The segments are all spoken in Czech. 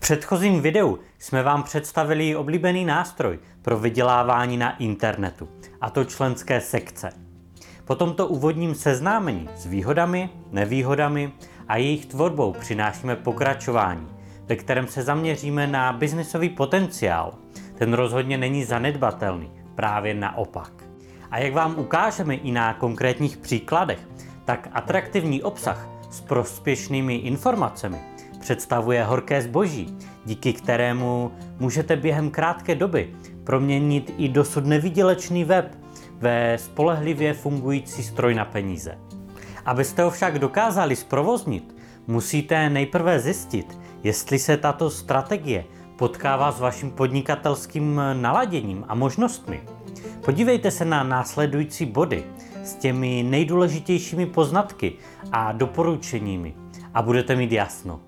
předchozím videu jsme vám představili oblíbený nástroj pro vydělávání na internetu, a to členské sekce. Po tomto úvodním seznámení s výhodami, nevýhodami a jejich tvorbou přinášíme pokračování, ve kterém se zaměříme na biznisový potenciál. Ten rozhodně není zanedbatelný, právě naopak. A jak vám ukážeme i na konkrétních příkladech, tak atraktivní obsah s prospěšnými informacemi představuje horké zboží, díky kterému můžete během krátké doby proměnit i dosud nevýdělečný web ve spolehlivě fungující stroj na peníze. Abyste ho však dokázali zprovoznit, musíte nejprve zjistit, jestli se tato strategie potkává s vaším podnikatelským naladěním a možnostmi. Podívejte se na následující body s těmi nejdůležitějšími poznatky a doporučeními a budete mít jasno.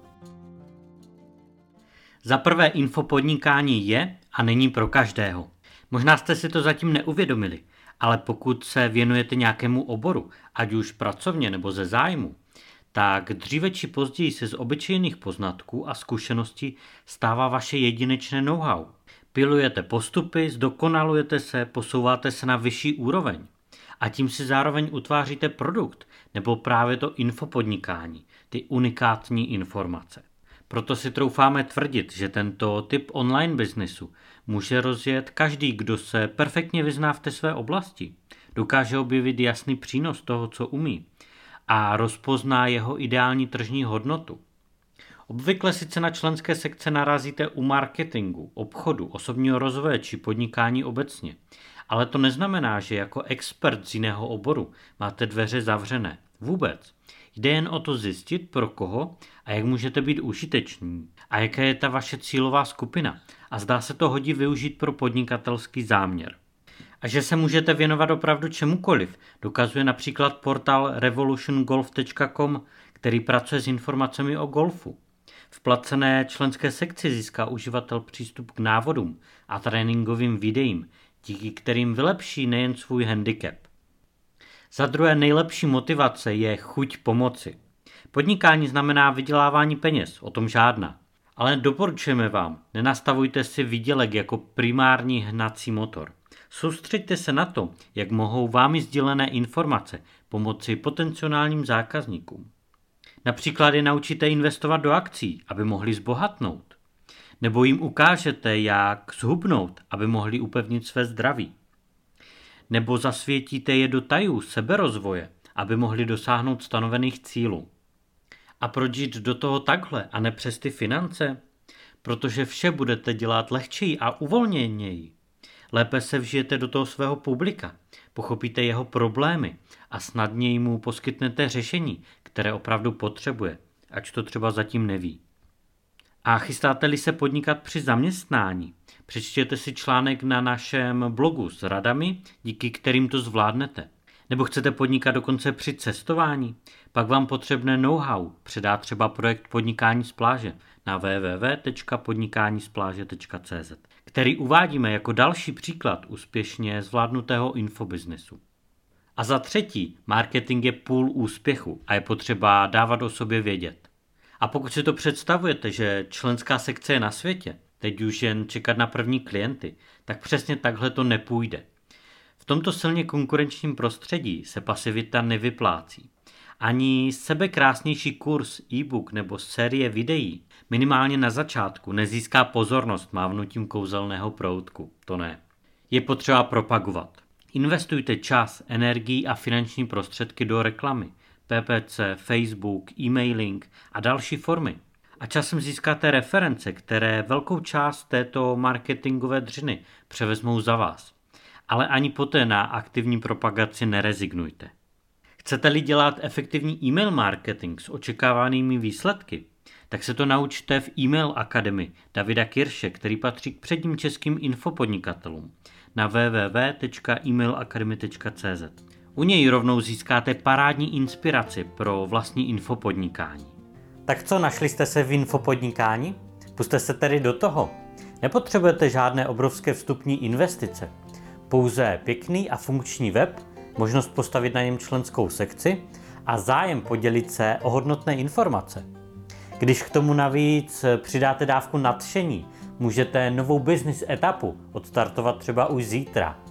Za prvé, infopodnikání je a není pro každého. Možná jste si to zatím neuvědomili, ale pokud se věnujete nějakému oboru, ať už pracovně nebo ze zájmu, tak dříve či později se z obyčejných poznatků a zkušeností stává vaše jedinečné know-how. Pilujete postupy, zdokonalujete se, posouváte se na vyšší úroveň a tím si zároveň utváříte produkt nebo právě to infopodnikání, ty unikátní informace. Proto si troufáme tvrdit, že tento typ online biznesu může rozjet každý, kdo se perfektně vyzná v té své oblasti, dokáže objevit jasný přínos toho, co umí a rozpozná jeho ideální tržní hodnotu. Obvykle sice na členské sekce narazíte u marketingu, obchodu, osobního rozvoje či podnikání obecně, ale to neznamená, že jako expert z jiného oboru máte dveře zavřené. Vůbec. Jde jen o to zjistit, pro koho a jak můžete být užiteční a jaká je ta vaše cílová skupina a zdá se to hodí využít pro podnikatelský záměr. A že se můžete věnovat opravdu čemukoliv, dokazuje například portál revolutiongolf.com, který pracuje s informacemi o golfu. V placené členské sekci získá uživatel přístup k návodům a tréninkovým videím, díky kterým vylepší nejen svůj handicap. Za druhé, nejlepší motivace je chuť pomoci. Podnikání znamená vydělávání peněz, o tom žádná. Ale doporučujeme vám, nenastavujte si výdělek jako primární hnací motor. Soustřeďte se na to, jak mohou vámi sdílené informace pomoci potenciálním zákazníkům. Například je naučíte investovat do akcí, aby mohli zbohatnout. Nebo jim ukážete, jak zhubnout, aby mohli upevnit své zdraví. Nebo zasvětíte je do tajů seberozvoje, aby mohli dosáhnout stanovených cílů. A proč jít do toho takhle a ne přes ty finance? Protože vše budete dělat lehčeji a uvolněněji. Lépe se vžijete do toho svého publika, pochopíte jeho problémy a snadněji mu poskytnete řešení, které opravdu potřebuje, ač to třeba zatím neví. A chystáte-li se podnikat při zaměstnání, přečtěte si článek na našem blogu s radami, díky kterým to zvládnete. Nebo chcete podnikat dokonce při cestování, pak vám potřebné know-how předá třeba projekt Podnikání z pláže na www.podnikanispláže.cz, který uvádíme jako další příklad úspěšně zvládnutého infobiznesu. A za třetí, marketing je půl úspěchu a je potřeba dávat o sobě vědět. A pokud si to představujete, že členská sekce je na světě, teď už jen čekat na první klienty, tak přesně takhle to nepůjde. V tomto silně konkurenčním prostředí se pasivita nevyplácí. Ani sebekrásnější kurz, e-book nebo série videí minimálně na začátku nezíská pozornost mávnutím kouzelného proutku. To ne. Je potřeba propagovat. Investujte čas, energii a finanční prostředky do reklamy, PPC, Facebook, e-mailing a další formy. A časem získáte reference, které velkou část této marketingové dřiny převezmou za vás. Ale ani poté na aktivní propagaci nerezignujte. Chcete-li dělat efektivní e-mail marketing s očekávanými výsledky, tak se to naučte v e-mail akademii Davida Kirše, který patří k předním českým infopodnikatelům na www.emailacademy.cz. U něj rovnou získáte parádní inspiraci pro vlastní infopodnikání. Tak co, našli jste se v infopodnikání? Pusťte se tedy do toho. Nepotřebujete žádné obrovské vstupní investice. Pouze pěkný a funkční web, možnost postavit na něm členskou sekci a zájem podělit se o hodnotné informace. Když k tomu navíc přidáte dávku nadšení, můžete novou business etapu odstartovat třeba už zítra.